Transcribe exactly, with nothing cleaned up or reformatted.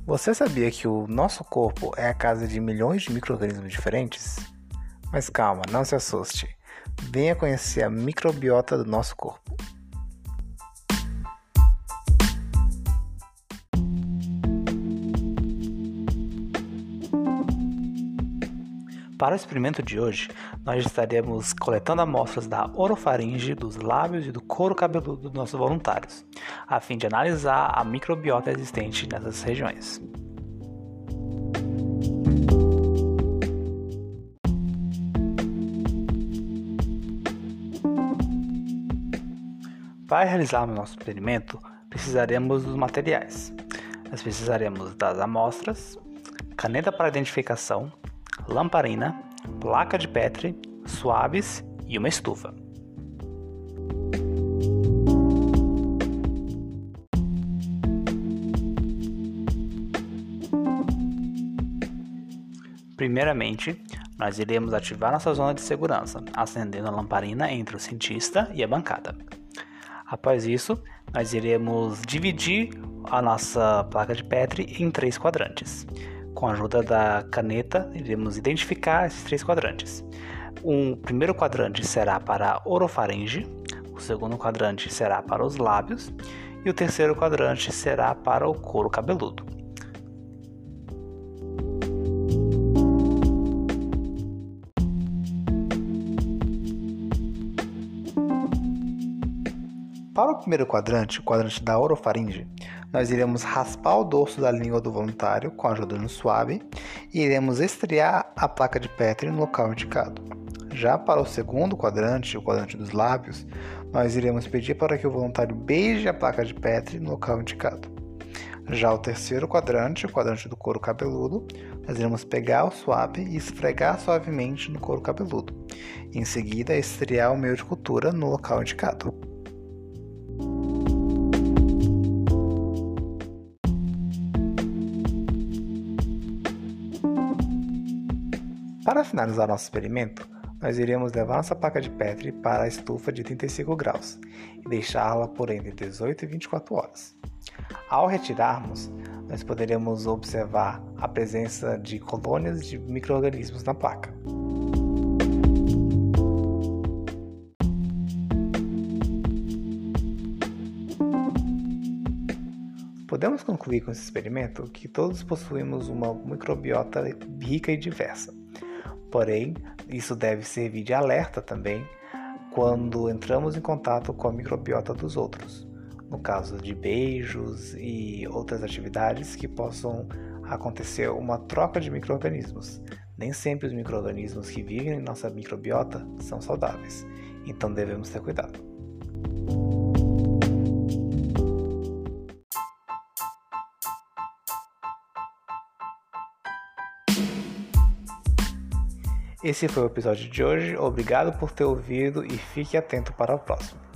Você sabia que o nosso corpo é a casa de milhões de micro-organismos diferentes? Mas calma, não se assuste. Venha conhecer a microbiota do nosso corpo. Para o experimento de hoje, nós estaremos coletando amostras da orofaringe, dos lábios e do couro cabeludo dos nossos voluntários, a fim de analisar a microbiota existente nessas regiões. Para realizarmos nosso experimento, precisaremos dos materiais. Nós precisaremos das amostras, caneta para identificação, lamparina, placa de Petri, suaves e uma estufa. Primeiramente, nós iremos ativar nossa zona de segurança, acendendo a lamparina entre o cientista e a bancada. Após isso, nós iremos dividir a nossa placa de Petri em três quadrantes. Com a ajuda da caneta, iremos identificar esses três quadrantes. O primeiro quadrante será para a orofaringe, o segundo quadrante será para os lábios e o terceiro quadrante será para o couro cabeludo. Para o primeiro quadrante, o quadrante da orofaringe, nós iremos raspar o dorso da língua do voluntário com a ajuda de um suave e iremos estriar a placa de Petri no local indicado. Já para o segundo quadrante, o quadrante dos lábios, nós iremos pedir para que o voluntário beije a placa de Petri no local indicado. Já o terceiro quadrante, o quadrante do couro cabeludo, nós iremos pegar o suave e esfregar suavemente no couro cabeludo. Em seguida, estriar o meio de cultura no local indicado. Para finalizar nosso experimento, nós iremos levar nossa placa de Petri para a estufa de trinta e cinco graus e deixá-la por entre dezoito e vinte e quatro horas. Ao retirarmos, nós poderemos observar a presença de colônias de micro-organismos na placa. Podemos concluir com esse experimento que todos possuímos uma microbiota rica e diversa. Porém, isso deve servir de alerta também quando entramos em contato com a microbiota dos outros, no caso de beijos e outras atividades que possam acontecer uma troca de micro-organismos. Nem sempre os micro-organismos que vivem em nossa microbiota são saudáveis, então devemos ter cuidado. Esse foi o episódio de hoje, obrigado por ter ouvido e fique atento para o próximo.